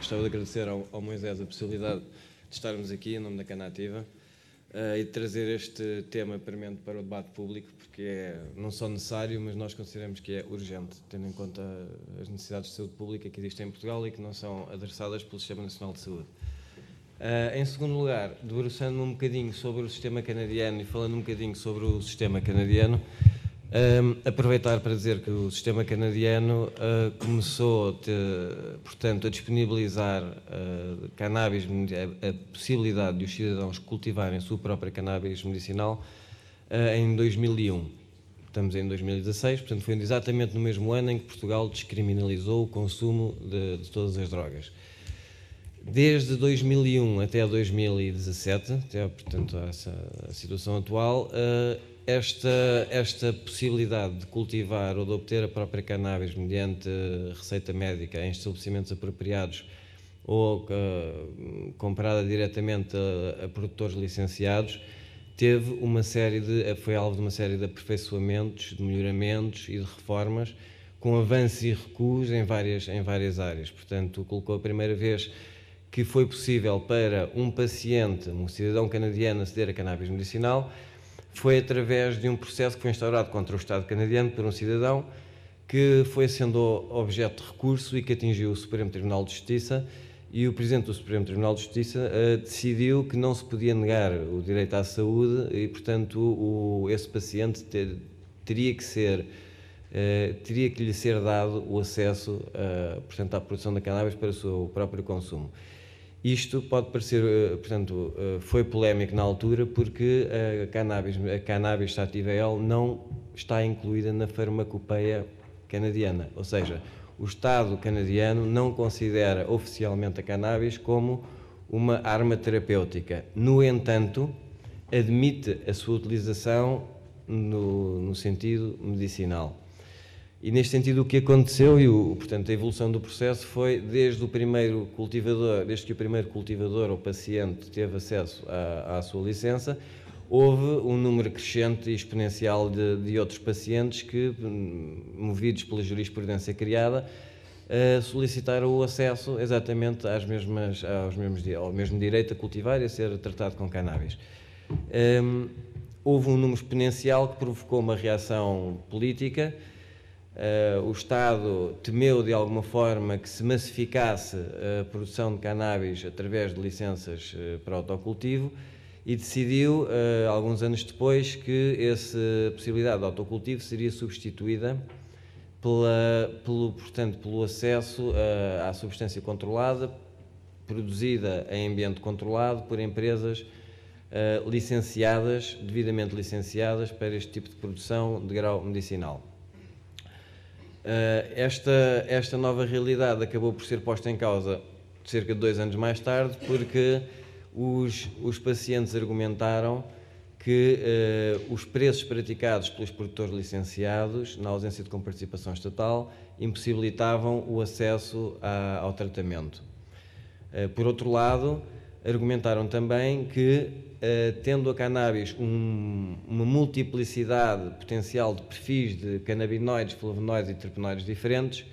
gostava de agradecer ao Moisés a possibilidade de estarmos aqui em nome da Canativa e de trazer este tema premente para o debate público, porque é não só necessário, mas nós consideramos que é urgente, tendo em conta as necessidades de saúde pública que existem em Portugal e que não são adressadas pelo Sistema Nacional de Saúde. Em segundo lugar, debruçando-me um bocadinho sobre o sistema canadiano e falando um bocadinho sobre o sistema canadiano, aproveitar para dizer que o sistema canadiano começou, portanto, a disponibilizar cannabis, a possibilidade de os cidadãos cultivarem a sua própria cannabis medicinal em 2001. Estamos em 2016, portanto foi exatamente no mesmo ano em que Portugal descriminalizou o consumo de todas as drogas. Desde 2001 até 2017, até, portanto, a situação atual, esta possibilidade de cultivar ou de obter a própria cannabis mediante receita médica em estabelecimentos apropriados ou comprada diretamente a produtores licenciados, foi alvo de uma série de aperfeiçoamentos, de melhoramentos e de reformas, com avanços e recuos em várias áreas. Portanto, colocou a primeira vez que foi possível para um paciente, um cidadão canadiano, aceder a cannabis medicinal, foi através de um processo que foi instaurado contra o Estado canadiano por um cidadão que foi sendo objeto de recurso e que atingiu o Supremo Tribunal de Justiça, e o Presidente do Supremo Tribunal de Justiça decidiu que não se podia negar o direito à saúde e, portanto, esse paciente teria que lhe ser dado o acesso portanto, à produção da cannabis para o seu próprio consumo. Isto pode parecer, portanto, foi polémico na altura porque a cannabis sativa L não está incluída na farmacopeia canadiana, ou seja, o Estado canadiano não considera oficialmente a cannabis como uma arma terapêutica. No entanto, admite a sua utilização no sentido medicinal. E neste sentido o que aconteceu portanto, a evolução do processo foi desde que o primeiro cultivador ou paciente teve acesso à sua licença, houve um número crescente e exponencial de outros pacientes que, movidos pela jurisprudência criada, solicitaram o acesso exatamente ao mesmo direito a cultivar e a ser tratado com cannabis. Houve um número exponencial que provocou uma reação política. O Estado temeu de alguma forma que se massificasse a produção de cannabis através de licenças para autocultivo e decidiu, alguns anos depois, que essa possibilidade de autocultivo seria substituída pelo acesso à substância controlada, produzida em ambiente controlado por empresas devidamente licenciadas para este tipo de produção de grau medicinal. Esta nova realidade acabou por ser posta em causa cerca de 2 anos mais tarde, porque os pacientes argumentaram que os preços praticados pelos produtores licenciados, na ausência de comparticipação estatal, impossibilitavam o acesso ao tratamento. Por outro lado, argumentaram também que, tendo a cannabis uma multiplicidade potencial de perfis de canabinoides, flavonoides e terpenoides diferentes,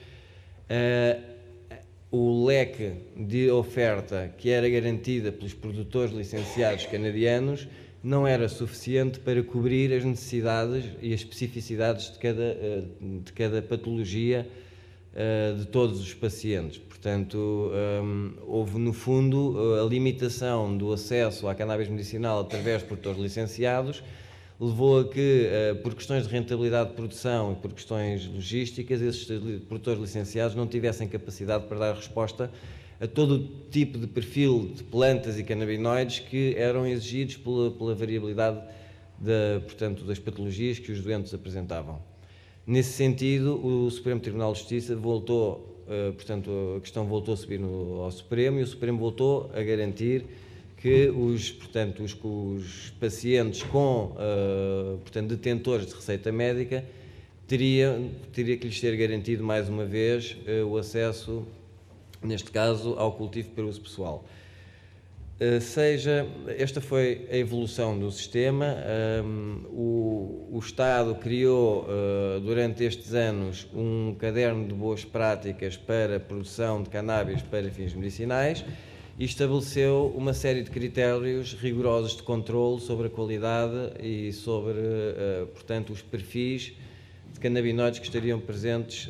o leque de oferta que era garantida pelos produtores licenciados canadianos não era suficiente para cobrir as necessidades e as especificidades de cada patologia de todos os pacientes. Portanto, houve no fundo a limitação do acesso à cannabis medicinal através de produtores licenciados, levou a que, por questões de rentabilidade de produção e por questões logísticas, esses produtores licenciados não tivessem capacidade para dar resposta a todo o tipo de perfil de plantas e canabinoides que eram exigidos pela variabilidade portanto, das patologias que os doentes apresentavam. Nesse sentido, o Supremo Tribunal de Justiça portanto, a questão voltou a subir ao Supremo e o Supremo voltou a garantir que os pacientes portanto, detentores de receita médica teria que lhes ser garantido mais uma vez o acesso, neste caso, ao cultivo para uso pessoal. Esta foi a evolução do sistema. O Estado criou, durante estes anos, um caderno de boas práticas para a produção de cannabis para fins medicinais e estabeleceu uma série de critérios rigorosos de controle sobre a qualidade e sobre, portanto, os perfis de canabinoides que estariam presentes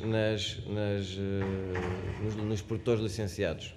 nos produtores licenciados.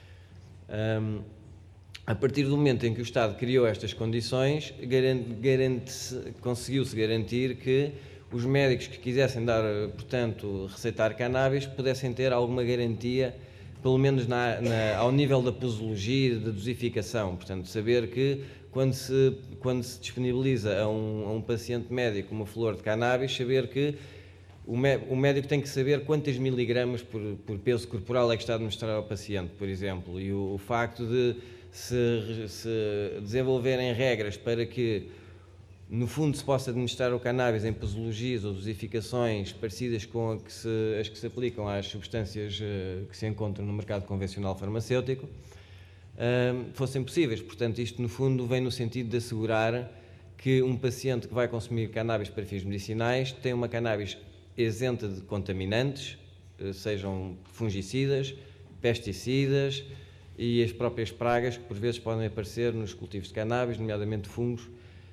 A partir do momento em que o Estado criou estas condições, conseguiu-se garantir que os médicos que quisessem portanto, receitar cannabis, pudessem ter alguma garantia, pelo menos ao nível da posologia e da dosificação. Portanto, saber que quando se disponibiliza a um paciente médico uma flor de cannabis, saber que o médico tem que saber quantas miligramas por peso corporal é que está a administrar ao paciente, por exemplo, e o facto de se desenvolverem regras para que, no fundo, se possa administrar o cannabis em posologias ou dosificações parecidas com as que se aplicam às substâncias que se encontram no mercado convencional farmacêutico, fossem possíveis. Portanto, isto, no fundo, vem no sentido de assegurar que um paciente que vai consumir cannabis para fins medicinais tem uma cannabis isenta de contaminantes, sejam fungicidas, pesticidas e as próprias pragas que por vezes podem aparecer nos cultivos de cannabis, nomeadamente fungos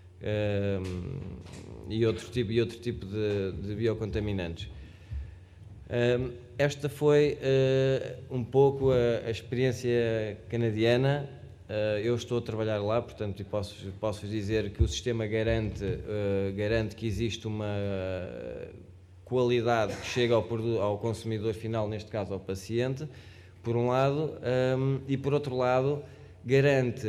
e outro tipo de biocontaminantes. Esta foi um pouco a experiência canadiana. Eu estou a trabalhar lá, portanto, posso dizer que o sistema garante que existe uma qualidade que chega ao consumidor final, neste caso ao paciente, por um lado, e por outro lado garante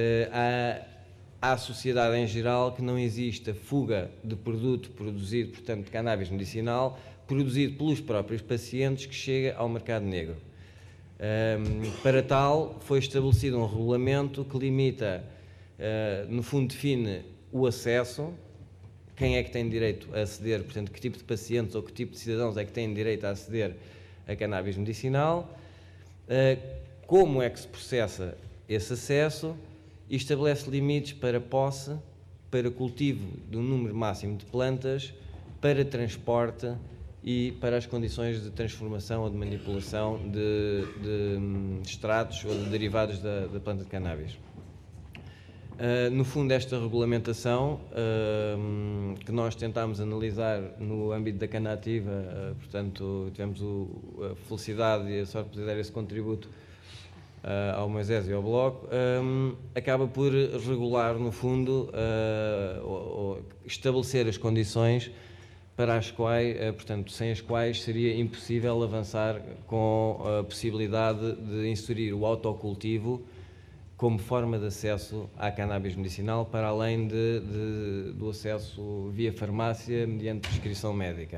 à sociedade em geral que não exista fuga de produto produzido, portanto, de cannabis medicinal, produzido pelos próprios pacientes, que chega ao mercado negro. Para tal, foi estabelecido um regulamento que limita, no fundo define o acesso, quem é que tem direito a aceder, portanto, que tipo de pacientes ou que tipo de cidadãos é que têm direito a aceder a cannabis medicinal, como é que se processa esse acesso e estabelece limites para posse, para cultivo de um número máximo de plantas, para transporte e para as condições de transformação ou de manipulação de extratos ou de derivados da planta de cannabis. No fundo, esta regulamentação que nós tentámos analisar no âmbito da Canativa, portanto, tivemos a felicidade e a sorte de dar esse contributo ao Moisés e ao Bloco, acaba por regular, no fundo, estabelecer as condições para as quais, portanto, sem as quais seria impossível avançar com a possibilidade de inserir o autocultivo como forma de acesso à cannabis medicinal, para além do acesso via farmácia, mediante prescrição médica.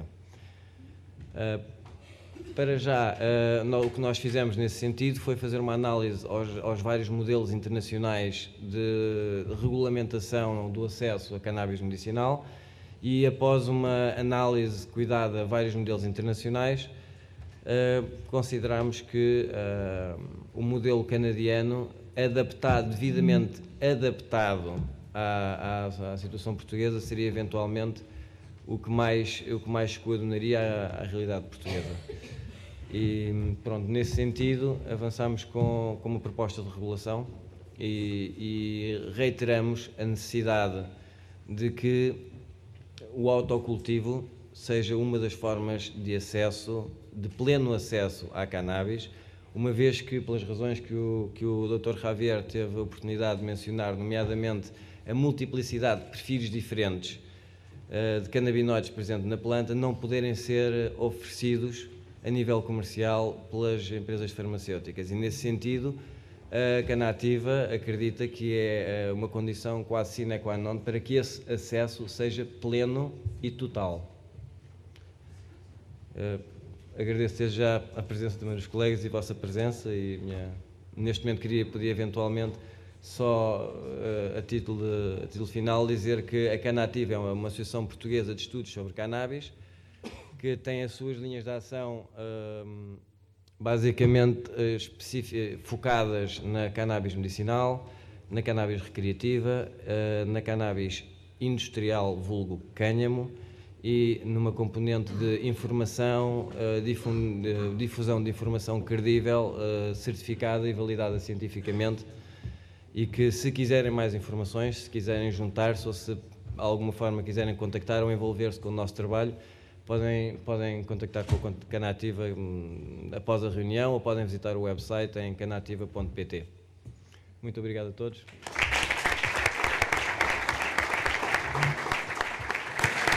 Para já, o que nós fizemos nesse sentido foi fazer uma análise aos vários modelos internacionais de regulamentação do acesso a cannabis medicinal e, após uma análise cuidada a vários modelos internacionais, consideramos que o modelo canadiano, devidamente adaptado à situação portuguesa, seria eventualmente o que mais se coadunaria à realidade portuguesa. E pronto, nesse sentido avançamos com uma proposta de regulação e reiteramos a necessidade de que o autocultivo seja uma das formas de acesso, de pleno acesso à cannabis, uma vez que, pelas razões que o Dr. Javier teve a oportunidade de mencionar, nomeadamente a multiplicidade de perfis diferentes de canabinoides presentes na planta, não poderem ser oferecidos a nível comercial pelas empresas farmacêuticas. E, nesse sentido, a Canativa acredita que é uma condição quase sine qua non para que esse acesso seja pleno e total. Agradeço desde já a presença também dos colegas e a vossa presença, e neste momento podia eventualmente só a título final dizer que a Canativa é uma associação portuguesa de estudos sobre cannabis, que tem as suas linhas de ação basicamente focadas na cannabis medicinal, na cannabis recreativa, na cannabis industrial vulgo cânhamo e numa componente de informação, difusão de informação credível, certificada e validada cientificamente, e que, se quiserem mais informações, se quiserem juntar-se ou se de alguma forma quiserem contactar ou envolver-se com o nosso trabalho, podem contactar com a Canativa após a reunião ou podem visitar o website em canativa.pt. Muito obrigado a todos.